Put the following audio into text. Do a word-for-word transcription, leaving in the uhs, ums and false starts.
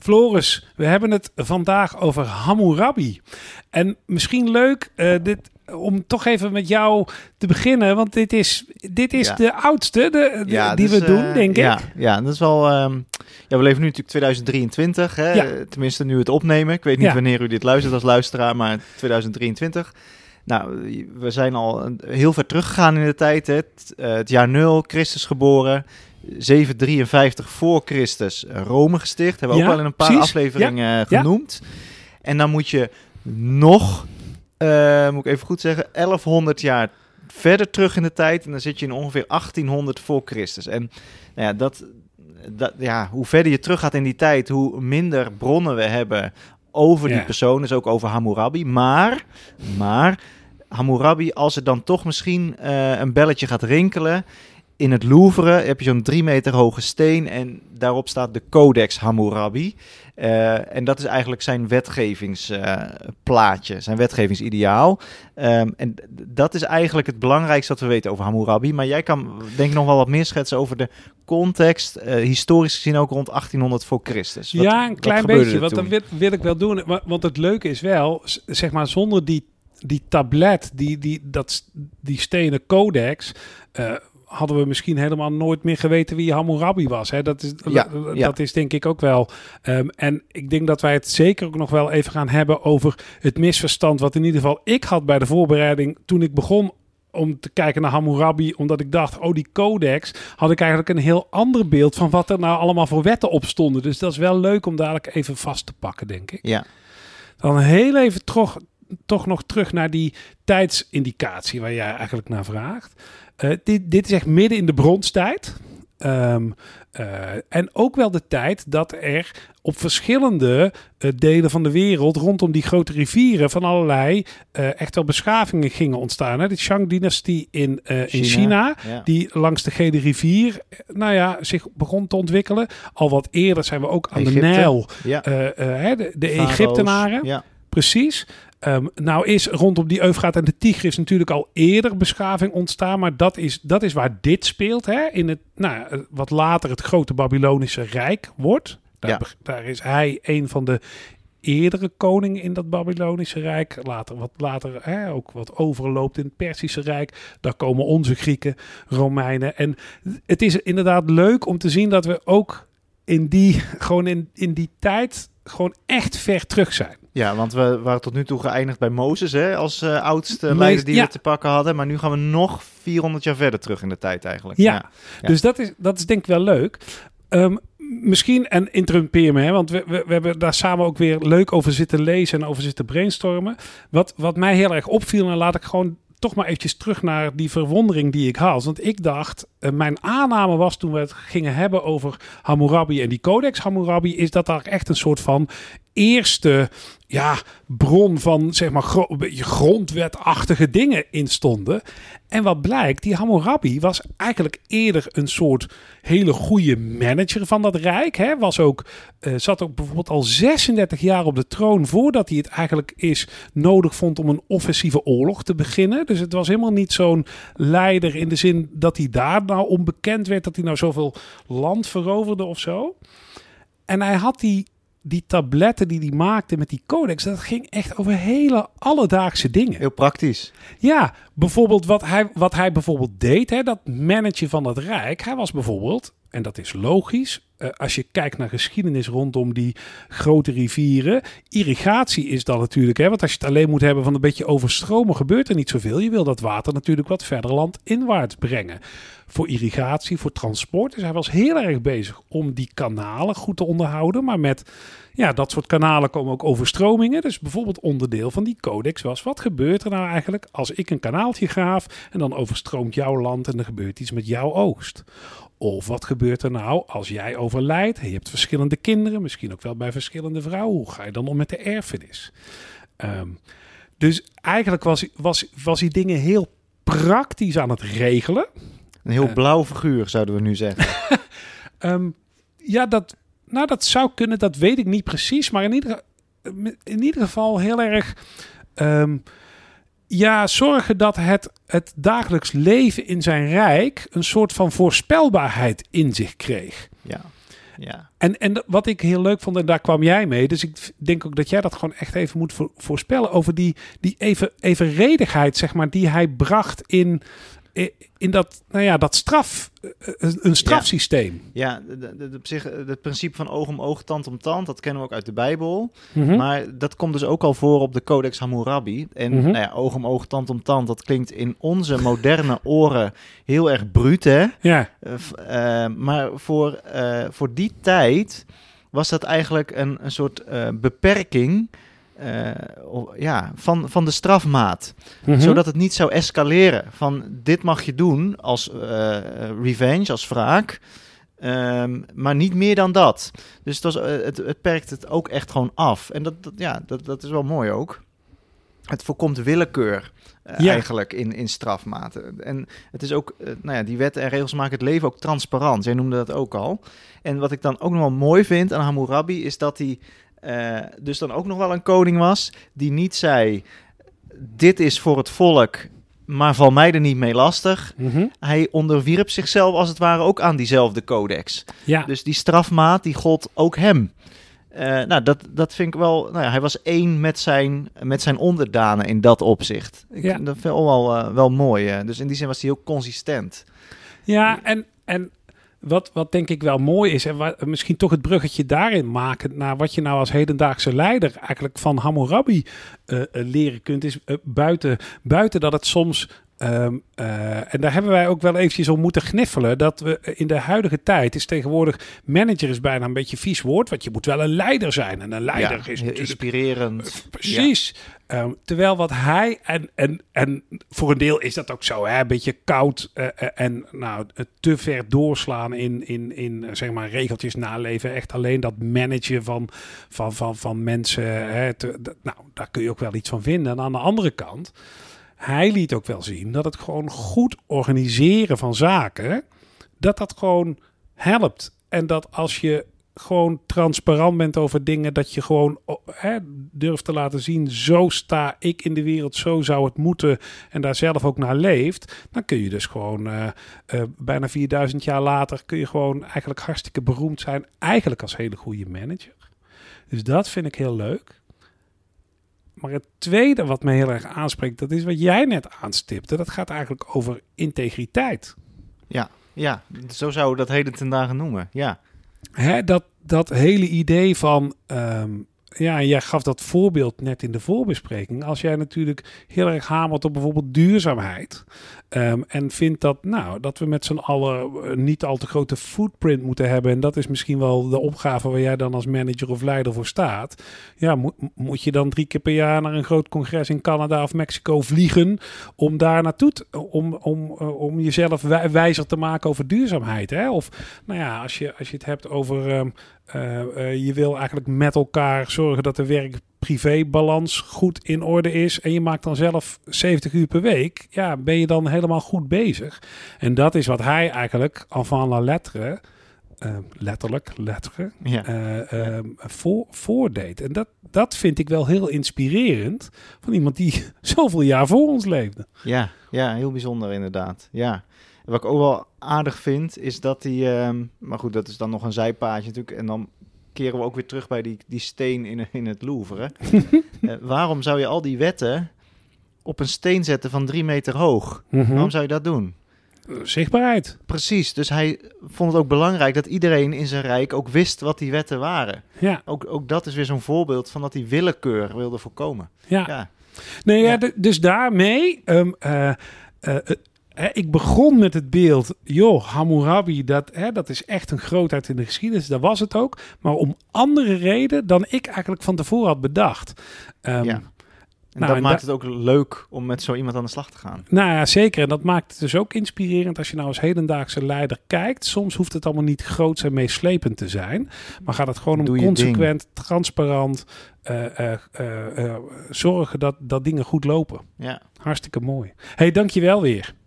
Floris, we hebben het vandaag over Hammurabi. En misschien leuk uh, dit, om toch even met jou te beginnen. Want dit is, dit is ja. de oudste de, de, ja, die dus, we doen, uh, denk ja, ik. Ja, dat is wel... Um, ja, we leven nu natuurlijk tweeduizend drieëntwintig. Hè? Ja. Tenminste, nu we het opnemen. Ik weet niet ja. wanneer u dit luistert als luisteraar, maar tweeduizend drieëntwintig. Nou, we zijn al heel ver teruggegaan in de tijd. Hè? Het, uh, het jaar nul, Christus geboren... zevenhonderddrieënvijftig voor Christus Rome gesticht. Hebben we ja, ook wel in een paar precies. afleveringen ja, genoemd. Ja. En dan moet je nog, uh, moet ik even goed zeggen, elfhonderd jaar verder terug in de tijd. En dan zit je in ongeveer achttienhonderd voor Christus. En nou ja, dat, dat, ja, hoe verder je terug gaat in die tijd, hoe minder bronnen we hebben over die ja. persoon. Dus ook over Hammurabi. Maar, maar Hammurabi, als er dan toch misschien uh, een belletje gaat rinkelen... In het Louvre heb je zo'n drie meter hoge steen en daarop staat de Codex Hammurabi. Uh, en dat is eigenlijk zijn wetgevingsplaatje, uh, zijn wetgevingsideaal. Um, en dat is eigenlijk het belangrijkste dat we weten over Hammurabi. Maar jij kan denk ik nog wel wat meer schetsen over de context, uh, historisch gezien ook rond achttienhonderd voor Christus. Wat, ja, een klein beetje, want dat wil, wil ik wel doen. Want het leuke is wel, zeg maar zonder die, die tablet, die, die, dat, die stenen codex... Uh, hadden we misschien helemaal nooit meer geweten wie Hammurabi was. Hè? Dat, is, ja, dat ja. is denk ik ook wel. Um, en ik denk dat wij het zeker ook nog wel even gaan hebben over het misverstand... wat in ieder geval ik had bij de voorbereiding toen ik begon om te kijken naar Hammurabi... omdat ik dacht, oh die codex, had ik eigenlijk een heel ander beeld... van wat er nou allemaal voor wetten op stonden. Dus dat is wel leuk om dadelijk even vast te pakken, denk ik. Ja. Dan heel even toch, toch nog terug naar die tijdsindicatie... waar jij eigenlijk naar vraagt... Uh, dit, dit is echt midden in de bronstijd. Um, uh, en ook wel de tijd dat er op verschillende uh, delen van de wereld... rondom die grote rivieren van allerlei uh, echt wel beschavingen gingen ontstaan. Hè? De Shang-dynastie in, uh, China, in China, ja. die langs de Gele rivier nou ja, zich begon te ontwikkelen. Al wat eerder zijn we ook aan Egypte. de Nijl. Ja. Uh, uh, hè, de de Egyptenaren. Ja. Precies. Um, nou is rondom die Eufraat en de Tigris natuurlijk al eerder beschaving ontstaan, maar dat is, dat is waar dit speelt, hè? In het, nou, wat later het grote Babylonische Rijk wordt. Daar, ja. daar is hij een van de eerdere koningen in dat Babylonische Rijk. Later, wat later hè, ook wat overloopt in het Perzische Rijk. Daar komen onze Grieken, Romeinen. En het is inderdaad leuk om te zien dat we ook in die, gewoon in, in die tijd gewoon echt ver terug zijn. Ja, want we waren tot nu toe geëindigd bij Mozes, hè, als uh, oudste Meest, leider die ja. we te pakken hadden. Maar nu gaan we nog vierhonderd jaar verder terug in de tijd eigenlijk. Ja, ja. ja. Dus dat is, dat is denk ik wel leuk. Um, misschien, en interrumpeer me, hè, want we, we, we hebben daar samen ook weer leuk over zitten lezen en over zitten brainstormen. Wat, wat mij heel erg opviel, en laat ik gewoon toch maar eventjes terug naar die verwondering die ik had. Want ik dacht, uh, mijn aanname was toen we het gingen hebben over Hammurabi en die Codex Hammurabi, is dat daar echt een soort van eerste ja, bron van zeg maar gro- grondwetachtige dingen in stonden. En wat blijkt, die Hammurabi was eigenlijk eerder een soort hele goede manager van dat rijk. Hè? Was ook, uh, zat ook bijvoorbeeld al zesendertig jaar op de troon voordat hij het eigenlijk is nodig vond om een offensieve oorlog te beginnen. Dus het was helemaal niet zo'n leider in de zin dat hij daar nou onbekend werd, dat hij nou zoveel land veroverde of zo. En hij had die Die tabletten die hij maakte met die codex, dat ging echt over hele alledaagse dingen. Heel praktisch. Ja, bijvoorbeeld wat hij, wat hij bijvoorbeeld deed, hè, dat managen van het Rijk. Hij was bijvoorbeeld, en dat is logisch, uh, als je kijkt naar geschiedenis rondom die grote rivieren. Irrigatie is dan natuurlijk, hè, want als je het alleen moet hebben van een beetje overstromen, gebeurt er niet zoveel. Je wil dat water natuurlijk wat verder landinwaarts brengen. Voor irrigatie, voor transport. Dus hij was heel erg bezig om die kanalen goed te onderhouden. Maar met ja, dat soort kanalen komen ook overstromingen. Dus bijvoorbeeld onderdeel van die codex was, wat gebeurt er nou eigenlijk als ik een kanaaltje graaf en dan overstroomt jouw land en er gebeurt iets met jouw oogst? Of wat gebeurt er nou als jij overlijdt? Je hebt verschillende kinderen, misschien ook wel bij verschillende vrouwen. Hoe ga je dan om met de erfenis? Um, dus eigenlijk was, was, was hij dingen heel praktisch aan het regelen. Een heel blauw figuur, zouden we nu zeggen. um, ja, dat, nou, dat zou kunnen, dat weet ik niet precies. Maar in ieder, in ieder geval heel erg Um, ja, zorgen dat het, het dagelijks leven in zijn rijk een soort van voorspelbaarheid in zich kreeg. Ja. Ja. En, en wat ik heel leuk vond, en daar kwam jij mee. Dus ik denk ook dat jij dat gewoon echt even moet voor, voorspellen. Over die, die even, evenredigheid, zeg maar, die hij bracht in, in dat, nou ja, dat straf, een strafsysteem. Ja, ja de, de, de, op zich, het principe van oog om oog, tand om tand, dat kennen we ook uit de Bijbel. Mm-hmm. Maar dat komt dus ook al voor op de Codex Hammurabi. En Mm-hmm. nou ja, oog om oog, tand om tand, dat klinkt in onze moderne oren heel erg bruut, hè? Ja. Uh, uh, maar voor, uh, voor die tijd was dat eigenlijk een, een soort uh, beperking uh, ja, van, van de strafmaat. Mm-hmm. Zodat het niet zou escaleren. Van dit mag je doen als uh, revenge, als wraak. Um, maar niet meer dan dat. Dus het, was, uh, het, het perkt het ook echt gewoon af. En dat, dat, ja, dat, dat is wel mooi ook. Het voorkomt willekeur uh, ja. eigenlijk in, in strafmaten. En het is ook, uh, nou ja, die wetten en regels maken het leven ook transparant. Jij noemde dat ook al. En wat ik dan ook nog wel mooi vind aan Hammurabi is dat hij uh, dus dan ook nog wel een koning was die niet zei, dit is voor het volk, maar val mij er niet mee lastig. Mm-hmm. Hij onderwierp zichzelf als het ware ook aan diezelfde codex. Ja. Dus die strafmaat, die gold ook hem. Uh, nou, dat, dat vind ik wel... Nou ja, hij was één met zijn, met zijn onderdanen in dat opzicht. Ik ja. vind dat wel, uh, wel mooi. Uh. Dus in die zin was hij heel consistent. Ja, en, en wat, wat denk ik wel mooi is... en wat, misschien toch het bruggetje daarin maken... naar wat je nou als hedendaagse leider... eigenlijk van Hammurabi uh, uh, leren kunt... is uh, buiten, buiten dat het soms... Um, uh, en daar hebben wij ook wel eventjes om moeten gniffelen. Dat we in de huidige tijd is tegenwoordig manager is bijna een beetje vies woord. Want je moet wel een leider zijn. En een leider ja, is natuurlijk inspirerend. Uh, precies. Ja. Um, terwijl wat hij en, en, en voor een deel is dat ook zo. Hè, een beetje koud uh, uh, en nou, te ver doorslaan in, in, in zeg maar regeltjes naleven. Echt alleen dat managen van, van, van, van mensen. Hè, te, de, nou, daar kun je ook wel iets van vinden. En aan de andere kant... Hij liet ook wel zien dat het gewoon goed organiseren van zaken, dat dat gewoon helpt. En dat als je gewoon transparant bent over dingen, dat je gewoon hè, durft te laten zien, zo sta ik in de wereld, zo zou het moeten en daar zelf ook naar leeft, dan kun je dus gewoon uh, uh, bijna vierduizend jaar later kun je gewoon eigenlijk hartstikke beroemd zijn, eigenlijk als hele goede manager. Dus dat vind ik heel leuk. Maar het tweede wat me heel erg aanspreekt, dat is wat jij net aanstipte. Dat gaat eigenlijk over integriteit. Ja, ja, zo zou we dat heden ten dagen noemen, ja. Hè, dat, dat hele idee van... Um, ja, jij gaf dat voorbeeld net in de voorbespreking. Als jij natuurlijk heel erg hamert op bijvoorbeeld duurzaamheid... Um, en vindt dat, nou, dat we met z'n allen niet al te grote footprint moeten hebben... en dat is misschien wel de opgave waar jij dan als manager of leider voor staat... ja, moet, moet je dan drie keer per jaar naar een groot congres in Canada of Mexico vliegen... om daar naartoe, te, om, om, om jezelf wij, wijzer te maken over duurzaamheid, hè? Of, nou ja, als je, als je het hebt over... Um, Uh, uh, je wil eigenlijk met elkaar zorgen dat de werk-privé-balans goed in orde is. En je maakt dan zelf zeventig uur per week. Ja, ben je dan helemaal goed bezig. En dat is wat hij eigenlijk avant la lettre, uh, letterlijk, lettere, ja. uh, uh, voor, voordeed. En dat, dat vind ik wel heel inspirerend van iemand die zoveel jaar voor ons leefde. Ja, ja, heel bijzonder inderdaad. Ja. Wat ik ook wel aardig vind, is dat hij... Um, maar goed, dat is dan nog een zijpaadje natuurlijk. En dan keren we ook weer terug bij die, die steen in, in het Louvre. uh, waarom zou je al die wetten op een steen zetten van drie meter hoog? Mm-hmm. Waarom zou je dat doen? Zichtbaarheid. Precies, dus hij vond het ook belangrijk dat iedereen in zijn rijk ook wist wat die wetten waren. Ja. Ook, ook dat is weer zo'n voorbeeld van dat hij willekeur wilde voorkomen. Ja. ja. Nee, ja, d- dus daarmee... Um, uh, uh, uh, He, ik begon met het beeld, joh, Hammurabi, dat, he, dat is echt een grootheid in de geschiedenis. Dat was het ook. Maar om andere reden dan ik eigenlijk van tevoren had bedacht. Um, ja. En nou, dat en maakt da- het ook leuk om met zo iemand aan de slag te gaan. Nou ja, zeker. En dat maakt het dus ook inspirerend als je nou als hedendaagse leider kijkt. Soms hoeft het allemaal niet groots en meeslepend te zijn. Maar gaat het gewoon om consequent, ding. transparant, uh, uh, uh, uh, zorgen dat, dat dingen goed lopen. Ja. Hartstikke mooi. Hey, dankjewel weer.